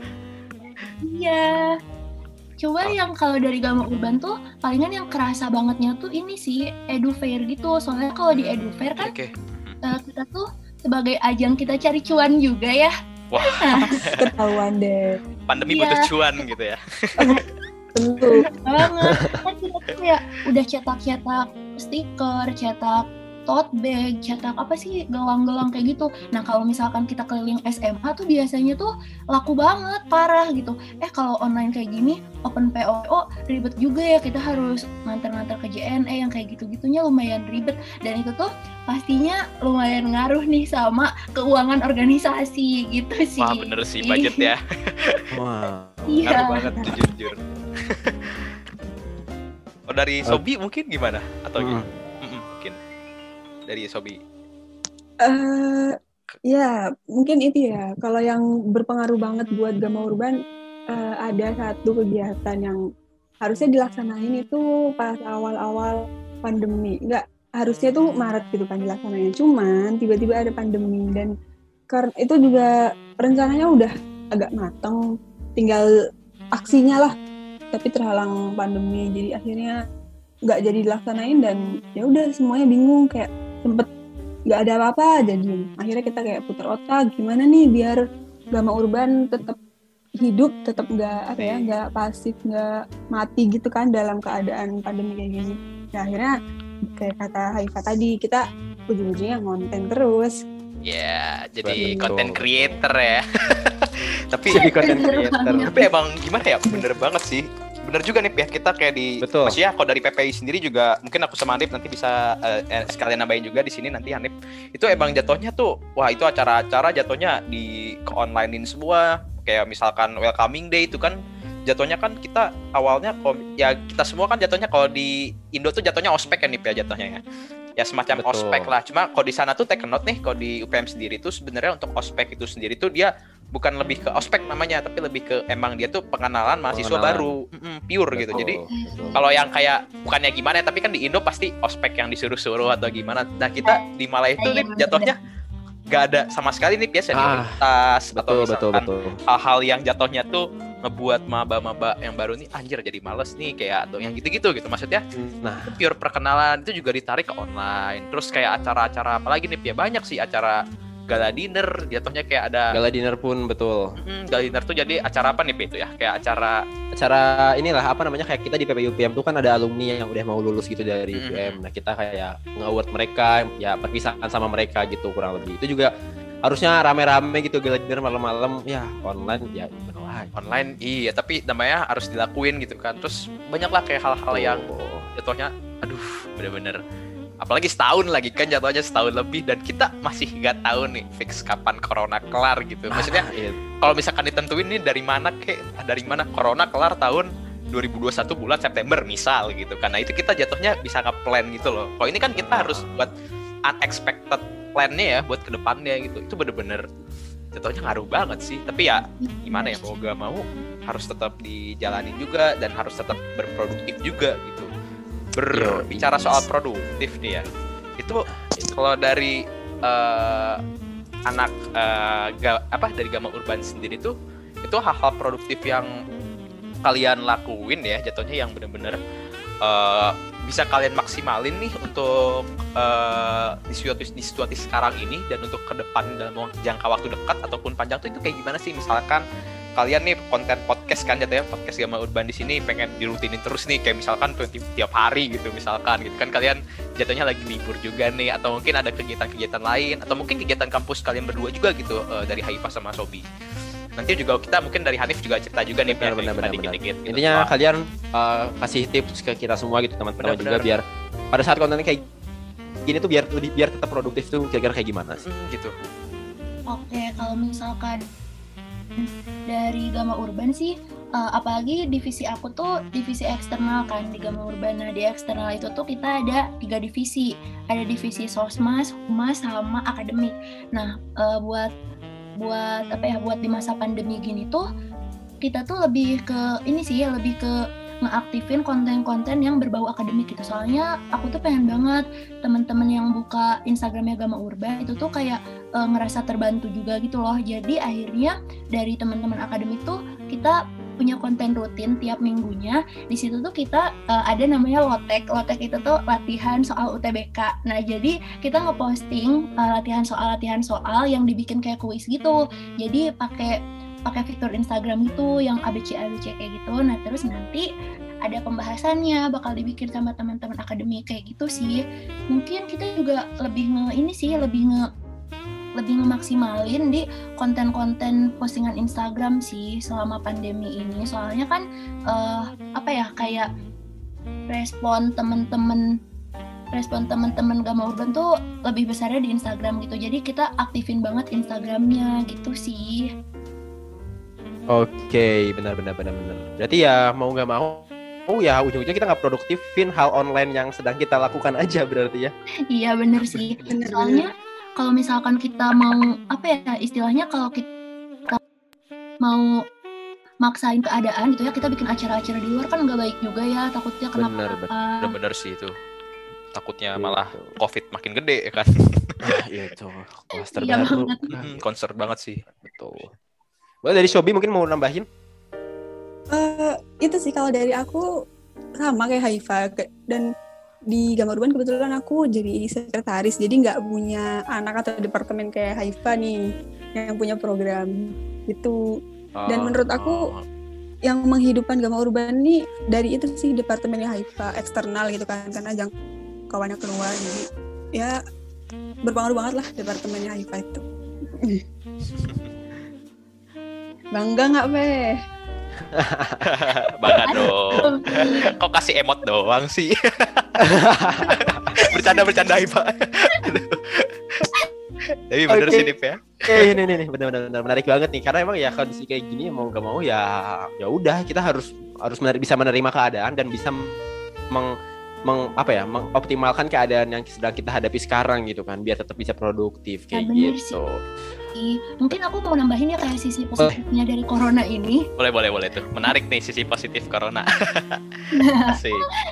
Speaker 3: Iya. Coba yang kalau dari Gama Urban tuh palingan yang kerasa bangetnya tuh ini sih edu fair gitu. Soalnya kalau di edu fair kan
Speaker 1: Oke.
Speaker 3: uh, kita tuh sebagai ajang kita cari cuan juga ya.
Speaker 1: Wah,
Speaker 5: Ketahuan deh.
Speaker 1: pandemi
Speaker 3: Iya.
Speaker 1: butuh cuan gitu ya.
Speaker 5: Tentu.
Speaker 3: Banget. Kan kita tuh kayak udah cetak-cetak stiker, cetak tote bag, cetak apa sih gelang-gelang kayak gitu. Nah kalau misalkan kita keliling S M A tuh biasanya tuh laku banget, parah gitu. Eh kalau online kayak gini, open P O O ribet juga ya, kita harus nganter-nganter ke J N E yang kayak gitu-gitunya lumayan ribet. Dan itu tuh pastinya lumayan ngaruh nih sama keuangan organisasi gitu sih.
Speaker 1: Wah bener sih budget ya.
Speaker 2: Wah.
Speaker 3: Iya.
Speaker 1: Ngaruh banget jujur. Oh dari Sobi mungkin gimana? Atau
Speaker 2: Hmm.
Speaker 1: gimana? Mm-mm, mungkin dari Sobi.
Speaker 5: Eh ya mungkin itu ya. Kalau yang berpengaruh banget buat Gama Urban, eh, ada satu kegiatan yang harusnya dilaksanain itu pas awal-awal pandemi. Enggak, harusnya tuh Maret gitu kan dilaksanain. Cuman tiba-tiba ada pandemi, dan karena itu juga rencananya udah agak matang, tinggal aksinya lah. Tapi terhalang pandemi, jadi akhirnya nggak jadi dilaksanain, dan ya udah semuanya bingung, kayak sempet nggak ada apa-apa jadi akhirnya kita kayak putar otak gimana nih biar Gama Urban tetap hidup, tetap nggak apa ya nggak pasif, nggak mati gitu kan dalam keadaan pandemi kayak gini. Nah akhirnya kayak kata Haifa tadi, kita ujung-ujungnya ngonten terus.
Speaker 1: Ya, jadi
Speaker 2: Betul.
Speaker 1: content creator ya. Tapi
Speaker 2: Jadi content creator.
Speaker 1: tapi emang gimana ya? Bener banget sih. Bener juga nih ya, kita kayak di
Speaker 2: Betul.
Speaker 1: maksudnya kalau dari P P I sendiri juga mungkin aku sama Hanif nanti bisa eh, sekalian nambahin juga di sini nanti Hanif. Itu emang jatuhnya tuh wah itu acara-acara jatuhnya di ke onlinein semua. Kayak misalkan welcoming day itu kan jatuhnya kan kita awalnya ya kita semua kan jatuhnya kalau di Indo tuh jatuhnya ospek kan nih ya jatuhnya ya. Ya semacam
Speaker 2: Betul.
Speaker 1: ospek lah. Cuma kalau di sana tuh take note nih, kalau di U P M sendiri tuh sebenarnya untuk ospek itu sendiri tuh dia bukan lebih ke ospek namanya, tapi lebih ke emang dia tuh pengenalan mahasiswa
Speaker 2: Pengenalan.
Speaker 1: baru, Mm-mm, pure gitu.
Speaker 2: Betul,
Speaker 1: Jadi
Speaker 2: betul.
Speaker 1: kalau yang kayak bukannya gimana, tapi kan di Indo pasti ospek yang disuruh-suruh atau gimana. Nah kita di Malaya itu
Speaker 3: Iya,
Speaker 1: nih jatuhnya gak ada sama sekali nih biasa senioritas atau
Speaker 2: betul betul
Speaker 1: misalkan
Speaker 2: betul.
Speaker 1: hal-hal yang jatuhnya tuh ngebuat maba-maba yang baru nih anjir jadi males nih kayak atau yang gitu-gitu gitu maksudnya.
Speaker 2: Nah,
Speaker 1: Pure perkenalan itu juga ditarik ke online. Terus kayak acara-acara apalagi nih ya banyak sih acara gala dinner jatuhnya kayak ada
Speaker 2: gala dinner pun betul.
Speaker 1: Mm, gala dinner tuh jadi acara apa nih Pi, itu ya kayak acara
Speaker 2: Acara inilah apa namanya kayak kita di P P I U P M tuh kan ada alumni yang udah mau lulus gitu dari U P M. Nah, kita kayak nge-award mereka, ya perpisahan sama mereka gitu kurang lebih. Itu juga harusnya rame-rame gitu gala dinner malam-malam, ya online ya gimana lagi.
Speaker 1: online iya tapi namanya harus dilakuin gitu kan. Terus banyak lah kayak hal-hal yang
Speaker 2: Oh.
Speaker 1: jatuhnya aduh bener-bener apalagi setahun lagi kan jatuhnya setahun lebih dan kita masih nggak tahu nih fix kapan corona kelar gitu. Maksudnya
Speaker 2: Ah, iya.
Speaker 1: kalau misalkan ditentuin nih dari mana kek dari mana corona kelar tahun dua ribu dua puluh satu bulan September misal gitu. Karena itu kita jatuhnya bisa nge-plan gitu loh. Kalau ini kan kita harus buat unexpected plan-nya ya buat kedepannya gitu. Itu bener-bener jatuhnya ngaruh banget sih. Tapi ya gimana ya mau gak mau harus tetap dijalanin juga dan harus tetap berproduktif juga gitu. Berbicara
Speaker 2: Yo,
Speaker 1: soal
Speaker 2: yes.
Speaker 1: produktif nih ya. Itu kalau dari eh, anak eh, ga- apa dari Gama Urban sendiri tuh itu hal-hal produktif yang kalian lakuin ya jatuhnya yang benar-benar eh, bisa kalian maksimalin nih untuk eh, di situasi di situasi sekarang ini dan untuk ke depan dalam jangka waktu dekat ataupun panjang tuh itu kayak gimana sih? Misalkan kalian nih konten podcast kan jatuhnya podcast Gama Urban di sini pengen dirutinin terus nih kayak misalkan tiap hari gitu misalkan gitu kan kalian jatuhnya lagi libur juga nih atau mungkin ada kegiatan-kegiatan lain atau mungkin kegiatan kampus kalian berdua juga gitu uh, dari Haifa sama Sobi. Nanti juga kita mungkin dari Hanif juga cerita juga nih
Speaker 2: Benar,
Speaker 1: biar
Speaker 2: benar,
Speaker 1: kita
Speaker 2: benar,
Speaker 1: dikit-dikit gitu.
Speaker 2: Intinya
Speaker 1: Soal-
Speaker 2: kalian uh, kasih tips ke kita semua gitu teman-teman
Speaker 1: Benar-benar.
Speaker 2: juga biar pada saat kontennya kayak gini tuh biar lebih biar tetap produktif tuh kira-kira kayak gimana sih?
Speaker 1: Hmm, gitu.
Speaker 3: Oke, kalau misalkan dari Gama Urban sih, uh, apalagi divisi aku tuh divisi eksternal kan di Gama Urban. Nah di eksternal itu tuh kita ada tiga divisi, ada divisi sosmas, humas, sama akademik. Nah uh, buat buat apa ya buat di masa pandemi gini tuh kita tuh lebih ke ini sih, lebih ke ngeaktifin konten-konten yang berbau akademik gitu. Soalnya aku tuh pengen banget teman-teman yang buka Instagramnya Gama Urban itu tuh kayak e, ngerasa terbantu juga gitu loh. Jadi akhirnya dari teman-teman akademik tuh kita punya konten rutin tiap minggunya. Di situ tuh kita e, ada namanya Lotek. Lotek itu tuh latihan soal U T B K. Nah jadi kita ngeposting e, latihan soal-latihan soal yang dibikin kayak kuis gitu. Jadi pakai pakai fitur Instagram itu yang A B C A B C kayak gitu. Nah terus nanti ada pembahasannya bakal dibikin sama teman-teman akademik kayak gitu sih. Mungkin kita juga lebih nge ini sih lebih nge lebih ngemaksimalin di konten-konten postingan Instagram sih selama pandemi ini. Soalnya kan uh, apa ya kayak respon teman-teman respon teman-teman Gama Urban tuh lebih besarnya di Instagram gitu. Jadi kita aktifin banget Instagramnya gitu sih.
Speaker 2: Oke, benar benar benar benar. Berarti ya mau nggak mau, oh ya ujung-ujungnya kita nggak produktifin hal online yang sedang kita lakukan aja berarti ya.
Speaker 3: Iya benar sih.
Speaker 4: Bener,
Speaker 3: Soalnya kalau misalkan kita mau apa ya istilahnya kalau kita mau maksain keadaan gitu ya, kita bikin acara-acara di luar kan nggak baik juga ya, takutnya kenapa.
Speaker 2: Bener,
Speaker 1: Bener-bener sih itu. Takutnya
Speaker 2: Gitu.
Speaker 1: malah COVID makin gede ya kan.
Speaker 2: Ah, itu klaster
Speaker 3: Iya
Speaker 2: baru.
Speaker 3: banget.
Speaker 1: Hmm, concern banget sih.
Speaker 2: Betul. Boleh dari Shobi mungkin mau nambahin?
Speaker 4: Eh, itu sih kalau dari aku sama kayak Haifa Ke- dan di Gama Urban kebetulan aku jadi sekretaris, jadi nggak punya anak atau departemen kayak Haifa nih yang punya program gitu. Dan menurut aku yang menghidupkan Gama Urban nih dari itu sih departemennya Haifa eksternal gitu kan, karena jangkauannya keluar, jadi ya berpengaruh banget lah departemennya Haifa itu. Bangga nggak Be?
Speaker 1: Bangga dong. Kok kasih emot doang sih? Bercanda-bercanda Ipa. Tapi bener
Speaker 2: Oke.
Speaker 1: sih Dip ya.
Speaker 2: Oke, ini nih nih benar-benar menarik banget nih, karena emang ya kondisi kayak gini mau nggak mau ya ya udah kita harus harus mener- bisa menerima keadaan dan bisa meng, meng apa ya mengoptimalkan keadaan yang sedang kita hadapi sekarang gitu kan, biar tetap bisa produktif kayak
Speaker 3: Ya, bener
Speaker 2: gitu.
Speaker 3: Mungkin aku mau nambahin ya kayak sisi positifnya dari corona ini.
Speaker 1: Boleh boleh boleh tuh. Menarik nih sisi positif corona. Asik.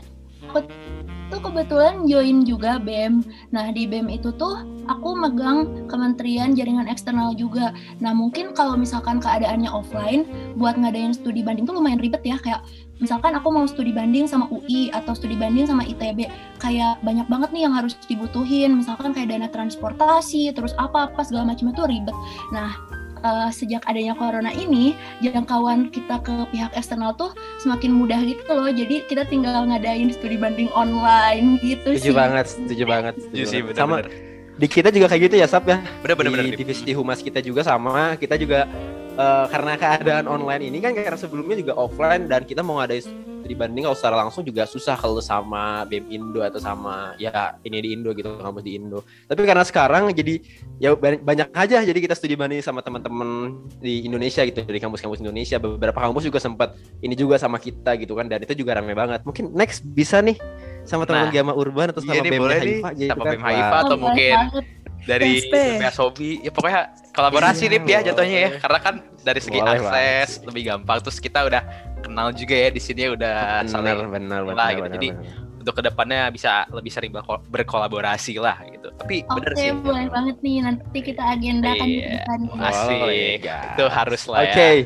Speaker 3: Tuh kebetulan join juga B E M. Nah di B E M itu tuh aku megang Kementerian Jaringan Eksternal juga. Nah mungkin kalau misalkan keadaannya offline, buat ngadain studi banding tuh lumayan ribet ya. Kayak misalkan aku mau studi banding sama U I atau studi banding sama I T B, kayak banyak banget nih yang harus dibutuhin. Misalkan kayak dana transportasi, terus apa-apa segala macam itu ribet. Nah uh, sejak adanya corona ini, jangkauan kita ke pihak eksternal tuh semakin mudah gitu loh. Jadi kita tinggal ngadain studi banding online gitu
Speaker 2: Setuju
Speaker 3: sih.
Speaker 2: banget, setuju banget.
Speaker 1: Setuju sih
Speaker 2: banget. Sama
Speaker 1: bener-bener.
Speaker 2: di kita juga kayak gitu ya Sab ya.
Speaker 1: Bener-bener.
Speaker 2: Di divisi di humas kita juga sama, kita juga uh, karena keadaan online ini kan karena sebelumnya juga offline dan kita mau ngadain studi banding kalau secara langsung juga susah kalau sama B E M Indo atau sama ya ini di Indo gitu, kampus di Indo. Tapi karena sekarang jadi ya banyak, banyak aja, jadi kita studi banding sama teman-teman di Indonesia gitu, dari kampus-kampus Indonesia. Beberapa kampus juga sempat ini juga sama kita gitu kan, dan itu juga ramai banget. Mungkin next bisa nih sama teman
Speaker 1: Nah,
Speaker 2: Gama Urban atau sama
Speaker 1: iya nih,
Speaker 2: B E M
Speaker 1: boleh nih,
Speaker 2: Haifa gitu
Speaker 1: sama
Speaker 2: kan.
Speaker 1: B E M Haifa
Speaker 2: Wah.
Speaker 1: atau
Speaker 3: Oh,
Speaker 1: mungkin
Speaker 3: boleh banget.
Speaker 1: dari
Speaker 4: P S P.
Speaker 1: B P S Hobi. Ya pokoknya kolaborasi
Speaker 2: Iya,
Speaker 1: Dip ya jatuhnya ya.
Speaker 2: boleh.
Speaker 1: Karena kan dari segi
Speaker 2: Boleh
Speaker 1: akses
Speaker 2: banget.
Speaker 1: lebih gampang. Terus kita udah kenal juga ya di sini udah
Speaker 2: Benar,
Speaker 1: saling
Speaker 2: benar,
Speaker 1: lah
Speaker 2: benar,
Speaker 1: gitu.
Speaker 2: benar,
Speaker 1: Jadi
Speaker 2: benar.
Speaker 1: untuk kedepannya bisa lebih sering berko- berkolaborasi lah gitu. Tapi bener
Speaker 3: Oke,
Speaker 1: sih.
Speaker 3: boleh banget nih. Nanti kita agendakan
Speaker 1: Iya.
Speaker 3: di depan.
Speaker 1: Asik.
Speaker 2: Boleh, guys.
Speaker 1: Itu harus lah
Speaker 2: Oke,
Speaker 1: ya.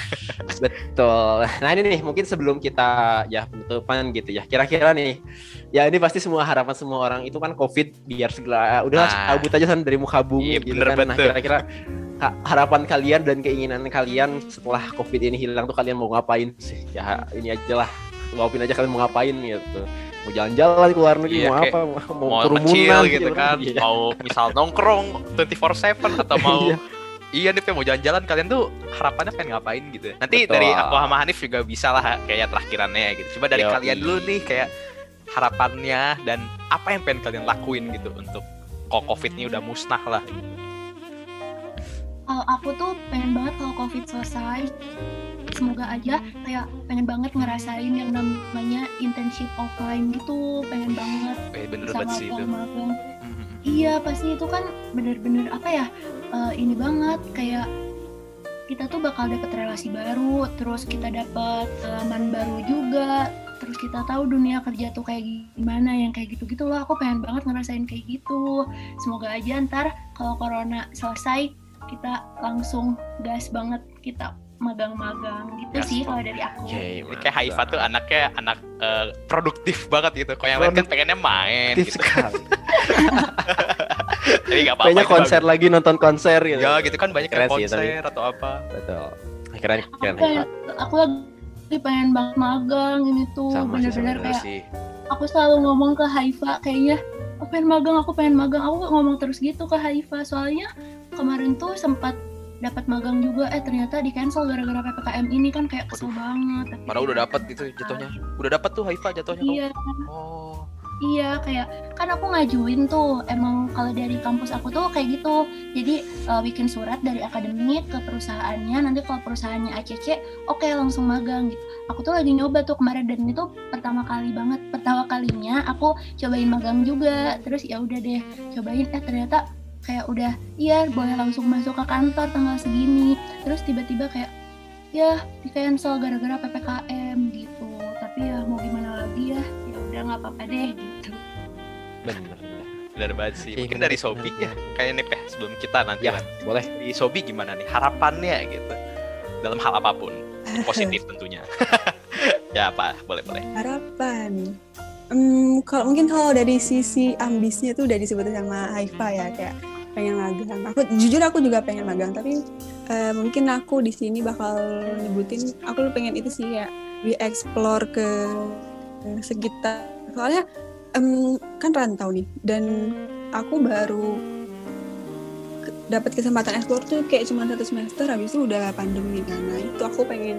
Speaker 2: betul. Nah ini nih mungkin sebelum kita ya penutupan gitu ya. Kira-kira nih, ya ini pasti semua harapan semua orang itu kan COVID biar segera udah
Speaker 1: Nah.
Speaker 2: cabut aja san dari muka bumi
Speaker 1: Iya,
Speaker 2: gitu
Speaker 1: bener,
Speaker 2: kan. Nah
Speaker 1: betul.
Speaker 2: kira-kira ha- harapan kalian dan keinginan kalian setelah COVID ini hilang tuh kalian mau ngapain sih? Ya ini aja lah, luapin aja kalian mau ngapain gitu. Mau jalan-jalan ke luar negeri,
Speaker 1: Iya,
Speaker 2: mau
Speaker 1: kayak
Speaker 2: apa, mau, mau
Speaker 1: Mau
Speaker 2: kerumunan
Speaker 1: kecil gitu kan,
Speaker 2: Iya.
Speaker 1: mau misal nongkrong dua puluh empat tujuh atau mau
Speaker 2: Iya.
Speaker 1: Iya Dip, ya mau jalan-jalan, kalian tuh harapannya pengen ngapain gitu. Nanti
Speaker 2: Betul.
Speaker 1: dari aku sama Hanif juga bisa lah kayak terakhirannya gitu. Coba dari
Speaker 2: Yoi.
Speaker 1: kalian dulu nih kayak harapannya dan apa yang pengen kalian lakuin gitu untuk kok COVID ini udah musnah lah.
Speaker 3: Kalau aku tuh pengen banget kalau COVID selesai, semoga aja kayak pengen banget ngerasain yang namanya internship offline gitu, pengen banget
Speaker 1: Eh, bener
Speaker 3: bisa
Speaker 1: banget sih itu.
Speaker 3: magang-magang.
Speaker 1: Mhm.
Speaker 3: Iya pasti itu kan bener-bener apa ya, eh, ini banget kayak kita tuh bakal dapet relasi baru, terus kita dapet pengalaman baru juga, terus kita tahu dunia kerja tuh kayak gimana, yang kayak gitu-gitu loh. Aku pengen banget ngerasain kayak gitu. Semoga aja ntar kalau corona selesai kita langsung gas banget kita magang-magang gitu
Speaker 1: Gas
Speaker 3: sih
Speaker 1: banget.
Speaker 3: kalau dari aku.
Speaker 2: Yeay,
Speaker 1: Ini kayak Haifa tuh anaknya anak eh, produktif banget gitu. Kalau yang lain kan pengennya main
Speaker 2: Aktif
Speaker 1: gitu.
Speaker 2: sekali.
Speaker 1: Tapi nggak apa-apa.
Speaker 2: Kayaknya
Speaker 1: itu
Speaker 2: konser
Speaker 1: bagus.
Speaker 2: lagi nonton konser gitu.
Speaker 1: Ya gitu kan banyak
Speaker 2: Keren
Speaker 1: yang
Speaker 2: sih,
Speaker 1: konser atau apa.
Speaker 2: Betul. Keren
Speaker 3: Aku
Speaker 2: keren.
Speaker 3: pengen, aku lagi pengen banget magang ini tuh,
Speaker 2: Sama sih,
Speaker 3: bener-bener
Speaker 2: sama
Speaker 3: kayak
Speaker 1: sih.
Speaker 3: aku selalu ngomong ke Haifa kayaknya aku pengen magang, aku pengen magang, aku ngomong terus gitu ke Haifa soalnya kemarin tuh sempat dapat magang juga, eh ternyata di cancel gara-gara P P K M ini kan kayak kesel banget. Tapi
Speaker 1: Mana udah dapat gitu jatuhnya. Udah dapat tuh Haifa jatuhnya.
Speaker 3: Iya,
Speaker 1: kamu. Oh.
Speaker 3: iya kayak kan aku ngajuin tuh emang kalau dari kampus aku tuh kayak gitu. Jadi uh, bikin surat dari akademik ke perusahaannya, nanti kalau perusahaannya A C C, oke langsung magang gitu. Aku tuh lagi nyoba tuh kemarin dan itu pertama kali banget, pertama kalinya aku cobain magang juga. Terus ya udah deh cobain, eh ternyata kayak udah iya boleh langsung masuk ke kantor tanggal segini. Terus tiba-tiba kayak ya di cancel gara-gara P P K M gitu. Tapi ya mau gimana lagi ya, ya udah nggak apa-apa deh gitu.
Speaker 2: Bener.
Speaker 1: Bener banget sih.
Speaker 2: Iya,
Speaker 1: Mungkin
Speaker 2: bener,
Speaker 1: dari Sobi
Speaker 2: bener.
Speaker 1: ya. Kayak nih Peh, sebelum kita nanti
Speaker 2: Ya,
Speaker 1: kan.
Speaker 2: boleh.
Speaker 1: Di Sobi gimana nih harapannya gitu. Dalam hal apapun. Positif tentunya. Ya apa, boleh-boleh.
Speaker 4: Harapan. Hmm, kalau mungkin kalau dari sisi ambisnya tuh udah disebutin sama Haifa ya, kayak pengen magang. Aku jujur aku juga pengen magang, tapi eh, mungkin aku di sini bakal nyebutin aku pengen itu sih ya, we explore ke, ke sekitar. Soalnya em, kan rantau nih, dan aku baru ke- dapat kesempatan explore tuh kayak cuma satu semester, habis itu udah pandemi kan. Nah itu aku pengen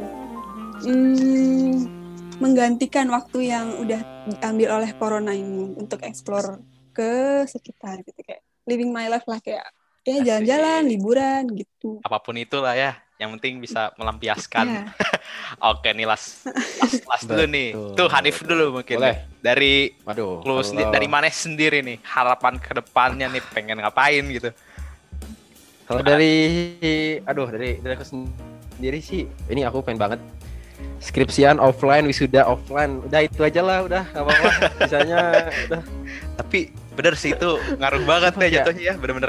Speaker 4: hmm, menggantikan waktu yang udah diambil oleh corona ini untuk explore ke sekitar gitu, kayak living my life lah, kayak ya
Speaker 1: Asik.
Speaker 4: jalan-jalan, liburan gitu.
Speaker 1: Apapun itulah ya. Yang penting bisa melampiaskan.
Speaker 4: Ya.
Speaker 1: Oke nih las las, las dulu nih.
Speaker 2: Betul.
Speaker 1: Tuh Hanif dulu mungkin.
Speaker 2: Boleh.
Speaker 1: Dari
Speaker 2: Waduh.
Speaker 1: lu
Speaker 2: kalau-
Speaker 1: sendiri, dari mana sendiri nih harapan ke depannya nih pengen ngapain gitu.
Speaker 2: Kalau dari aduh dari dari aku sendiri sih, ini aku pengen banget skripsian offline, wisuda offline. Udah itu aja lah, udah enggak apa-apa. Misalnya udah
Speaker 1: Tapi bener sih itu ngaruh banget
Speaker 2: Apa
Speaker 1: ya
Speaker 2: ya?
Speaker 1: jatuhnya ya, bener-bener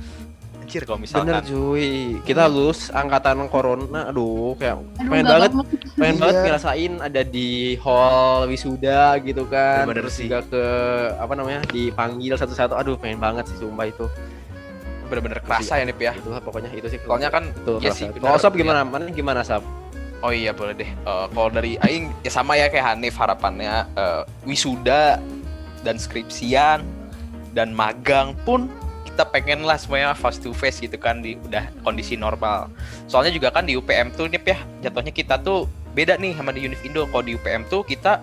Speaker 1: anjir kalau
Speaker 2: bener
Speaker 1: misalkan
Speaker 2: cuy. Kita lulus angkatan corona, aduh kayak
Speaker 3: Aduh,
Speaker 2: pengen
Speaker 3: nggak
Speaker 2: banget pengen
Speaker 1: Iya.
Speaker 2: banget ngerasain ada di hall wisuda gitu kan.
Speaker 1: Bener
Speaker 2: Terus
Speaker 1: sih.
Speaker 2: juga ke apa namanya dipanggil satu-satu. Aduh pengen banget sih sumpah itu.
Speaker 1: bener-bener kerasa ya Nip ya.
Speaker 2: Itulah pokoknya itu sih.
Speaker 1: Soalnya kan
Speaker 2: Betul,
Speaker 1: ya
Speaker 2: kerasa.
Speaker 1: sih,
Speaker 2: Kalau
Speaker 1: bener.
Speaker 2: Sab gimana? Mana gimana Sab?
Speaker 1: Oh iya boleh deh. Eh, kalau dari Aing ya sama ya kayak Hanif harapannya eh, wisuda dan skripsian dan magang pun kita pengen lah semuanya face to face gitu kan di udah kondisi normal. Soalnya juga kan di U P M tuh Nip ya jatuhnya kita tuh beda nih sama di Univ Indo. Kalau di U P M tuh kita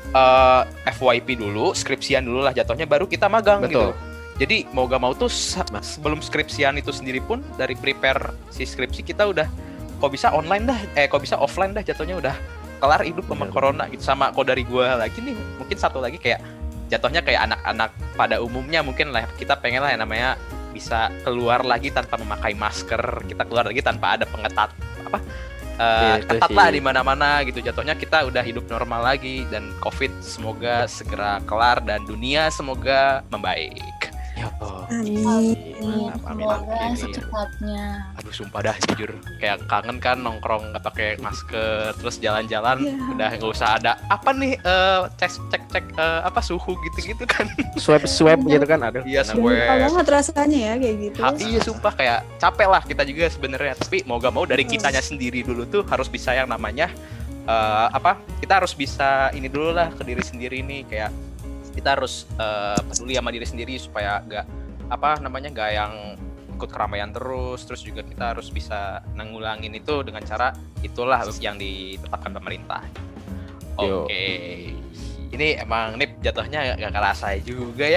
Speaker 1: eh, F Y P dulu, skripsian dulu lah jatuhnya baru kita magang
Speaker 2: Betul.
Speaker 1: gitu. Jadi mau gak mau tuh se- sebelum skripsian itu sendiri pun dari prepare si skripsi kita udah kok bisa online dah, eh kok bisa offline dah jatuhnya udah kelar hidup sama
Speaker 2: Bener.
Speaker 1: corona gitu. Sama kok dari gua lagi nih mungkin satu lagi kayak jatuhnya kayak anak-anak pada umumnya mungkin lah kita pengen lah yang namanya bisa keluar lagi tanpa memakai masker, kita keluar lagi tanpa ada pengetat apa eh,
Speaker 2: Iya, itu
Speaker 1: ketat
Speaker 2: sih.
Speaker 1: lah di mana-mana gitu jatuhnya kita udah hidup normal lagi dan COVID semoga segera kelar dan dunia semoga membaik.
Speaker 2: Ya.
Speaker 4: Amin.
Speaker 2: Mantap, amin,
Speaker 3: Semoga
Speaker 2: amin.
Speaker 3: secepatnya.
Speaker 1: Aduh sumpah dah jujur kayak kangen kan nongkrong nggak pakai masker terus jalan-jalan
Speaker 4: Iya.
Speaker 1: udah nggak usah ada apa nih eh, cek cek cek eh, apa suhu gitu-gitu kan.
Speaker 2: Swab swab gitu kan aduh.
Speaker 1: Iya,
Speaker 2: Enak.
Speaker 1: swab.
Speaker 4: Lupa banget rasanya ya kayak gitu.
Speaker 1: Ha, iya sumpah kayak capek lah kita juga sebenarnya tapi mau gak mau dari kitanya sendiri dulu tuh harus bisa yang namanya eh, apa kita harus bisa ini dulu lah ke diri sendiri nih kayak kita harus eh, peduli sama diri sendiri supaya gak apa namanya gak yang ikut keramaian terus terus juga kita harus bisa nanggulangin itu dengan cara itulah yang ditetapkan pemerintah. Oke
Speaker 2: Yo.
Speaker 1: ini emang Nip jatuhnya gak kerasa juga ya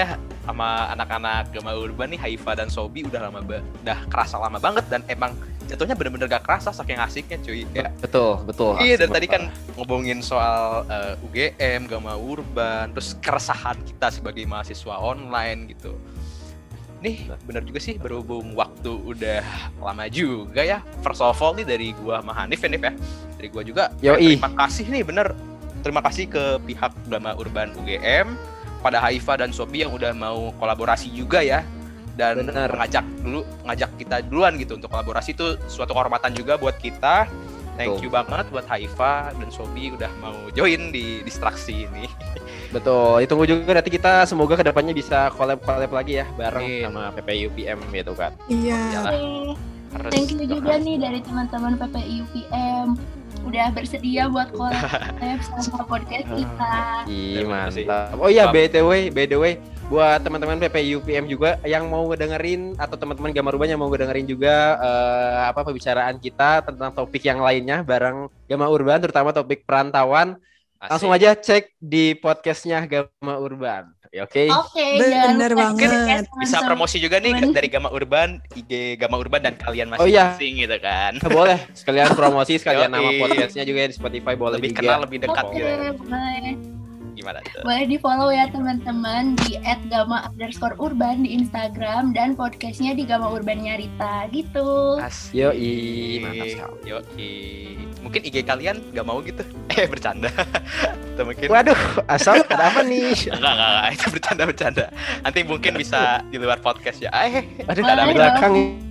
Speaker 1: sama anak-anak Gama Urban nih, Haifa dan Sobi udah lama ba- udah kerasa lama banget dan emang jatuhnya bener-bener gak kerasa saking asiknya cuy. Ya.
Speaker 2: Betul, betul.
Speaker 1: Iya, dan
Speaker 2: Asik
Speaker 1: tadi kan
Speaker 2: banget.
Speaker 1: ngomongin soal uh, U G M, Gama Urban, terus keresahan kita sebagai mahasiswa online gitu. Nih, bener juga sih berhubung waktu udah lama juga ya. First of all nih dari gua sama Hanif ya, Nif ya. Dari gua juga
Speaker 2: Yoi.
Speaker 1: terima kasih nih bener. Terima kasih ke pihak Gama Urban U G M, pada Haifa dan Sobi yang udah mau kolaborasi juga ya. Dan
Speaker 2: Bener.
Speaker 1: ngajak dulu ngajak kita duluan gitu untuk kolaborasi itu suatu kehormatan juga buat kita. Thank
Speaker 2: Betul.
Speaker 1: you banget buat Haifa dan Sobi udah mau join di distraksi ini.
Speaker 2: Betul. Ditunggu juga nanti kita semoga kedepannya bisa collab-collab lagi ya bareng
Speaker 1: Amin.
Speaker 2: sama P P I U P M gitu kan.
Speaker 4: Iya.
Speaker 1: Iyalah.
Speaker 3: Oke.
Speaker 1: Harus
Speaker 3: Thank you juga nih dari teman-teman P P I U P M udah bersedia buat collab sama podcast kita.
Speaker 2: Ih,
Speaker 1: Terima kasih.
Speaker 2: mantap. Oh iya, by the way, by the way, buat teman-teman P P I U P M juga yang mau ngedengerin atau teman-teman Gama Urban yang mau ngedengerin juga eh, apa pembicaraan kita tentang topik yang lainnya bareng Gama Urban, terutama topik perantauan,
Speaker 1: Asik.
Speaker 2: langsung aja cek di podcastnya Gama Urban. Ya, Oke.
Speaker 3: Oke,
Speaker 4: Bener
Speaker 3: jangan lupa
Speaker 4: banget.
Speaker 3: juga ya,
Speaker 1: Bisa
Speaker 3: teman-teman.
Speaker 1: promosi juga nih
Speaker 3: teman.
Speaker 1: dari Gama Urban, I G Gama Urban dan kalian
Speaker 2: Oh iya.
Speaker 1: masing-masing gitu kan.
Speaker 2: Boleh sekalian promosi, sekalian
Speaker 1: Yoi.
Speaker 2: nama podcastnya juga ya di Spotify boleh
Speaker 1: Lebih
Speaker 2: juga.
Speaker 1: kenal, lebih dekat
Speaker 3: Oke,
Speaker 1: gitu.
Speaker 3: boleh.
Speaker 1: Gimana tuh?
Speaker 3: Boleh di follow ya teman-teman di at gama underscore urban di Instagram dan podcastnya di Gama Urbannya Rita gitu.
Speaker 1: Asik.
Speaker 2: Yoi, mantap sekali.
Speaker 1: Yoi. Mungkin I G kalian gak mau gitu? Eh bercanda. Atau mungkin
Speaker 2: Waduh, asal ada apa nih?
Speaker 1: enggak, enggak, enggak, itu bercanda-bercanda. Nanti mungkin bisa di luar podcast ya. Eh,
Speaker 2: Aduh,
Speaker 3: Boleh
Speaker 2: ada
Speaker 3: dong.
Speaker 2: belakang.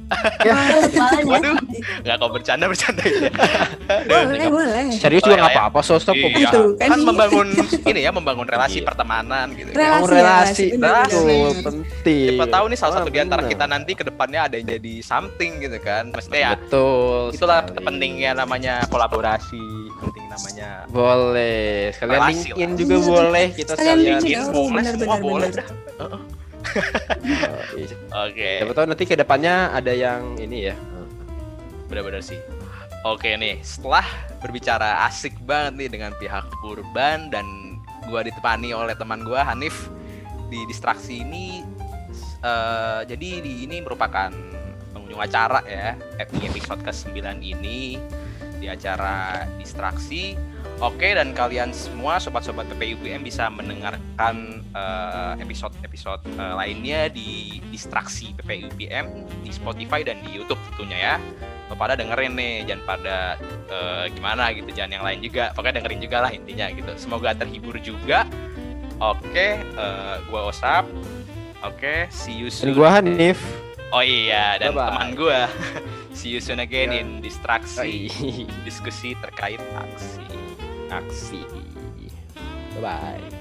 Speaker 3: Soalnya
Speaker 1: waduh, enggak kau bercanda-bercanda ya.
Speaker 4: Boleh, boleh.
Speaker 2: Serius
Speaker 1: Oh,
Speaker 2: juga
Speaker 1: iya,
Speaker 2: nggak
Speaker 1: iya.
Speaker 2: apa-apa, sosok kok
Speaker 1: Iya.
Speaker 2: bisa.
Speaker 4: Tuh, kan
Speaker 1: Kan
Speaker 4: nih.
Speaker 1: membangun ini ya, membangun relasi
Speaker 2: Iya.
Speaker 1: pertemanan gitu.
Speaker 4: Relasi.
Speaker 2: Bangun relasi,
Speaker 4: bener,
Speaker 1: relasi.
Speaker 2: betul,
Speaker 4: bener.
Speaker 2: penting.
Speaker 1: Siapa tahu nih salah
Speaker 2: Wah,
Speaker 1: satu di antara
Speaker 2: bener.
Speaker 1: kita nanti ke depannya ada yang jadi something gitu kan. Maksudnya ya
Speaker 2: Betul.
Speaker 1: itulah
Speaker 2: sekali.
Speaker 1: pentingnya namanya kolaborasi, penting namanya
Speaker 2: Boleh. Sekalian
Speaker 1: Relasi
Speaker 2: linkin
Speaker 1: lah.
Speaker 2: juga boleh kita
Speaker 4: Sekalian
Speaker 2: sekalian.
Speaker 4: linkin.
Speaker 1: bikin
Speaker 4: Oh,
Speaker 1: boleh,
Speaker 4: benar,
Speaker 1: semua
Speaker 4: benar,
Speaker 1: boleh
Speaker 4: benar.
Speaker 1: dah.
Speaker 2: Oh, iya.
Speaker 1: Oke,
Speaker 2: Siapa tahu nanti ke depannya ada yang ini ya.
Speaker 1: benar-benar sih. Oke nih, setelah berbicara asik banget nih dengan pihak Urban dan gua ditemani oleh teman gua Hanif di distraksi ini, eh, jadi di ini merupakan pengunjung acara ya, di episode ke sembilan ini di acara distraksi. Oke, dan kalian semua sobat-sobat P P I U P M bisa mendengarkan eh, episode-episode eh, lainnya di distraksi P P I U P M di Spotify dan di YouTube tentunya ya. Lo pada dengerin nih, jangan pada eh, gimana gitu, jangan yang lain juga. Pokoknya dengerin juga lah intinya gitu. Semoga terhibur juga. Oke, eh, gua Osap. Oke, see you
Speaker 2: Ini
Speaker 1: soon.
Speaker 2: gua Hanif.
Speaker 1: Oh iya, dan
Speaker 2: Bye-bye.
Speaker 1: teman gua. See you soon again
Speaker 2: Ya.
Speaker 1: in distraksi,
Speaker 2: Oi.
Speaker 1: diskusi terkait aksi.
Speaker 2: Aksi. Bye bye.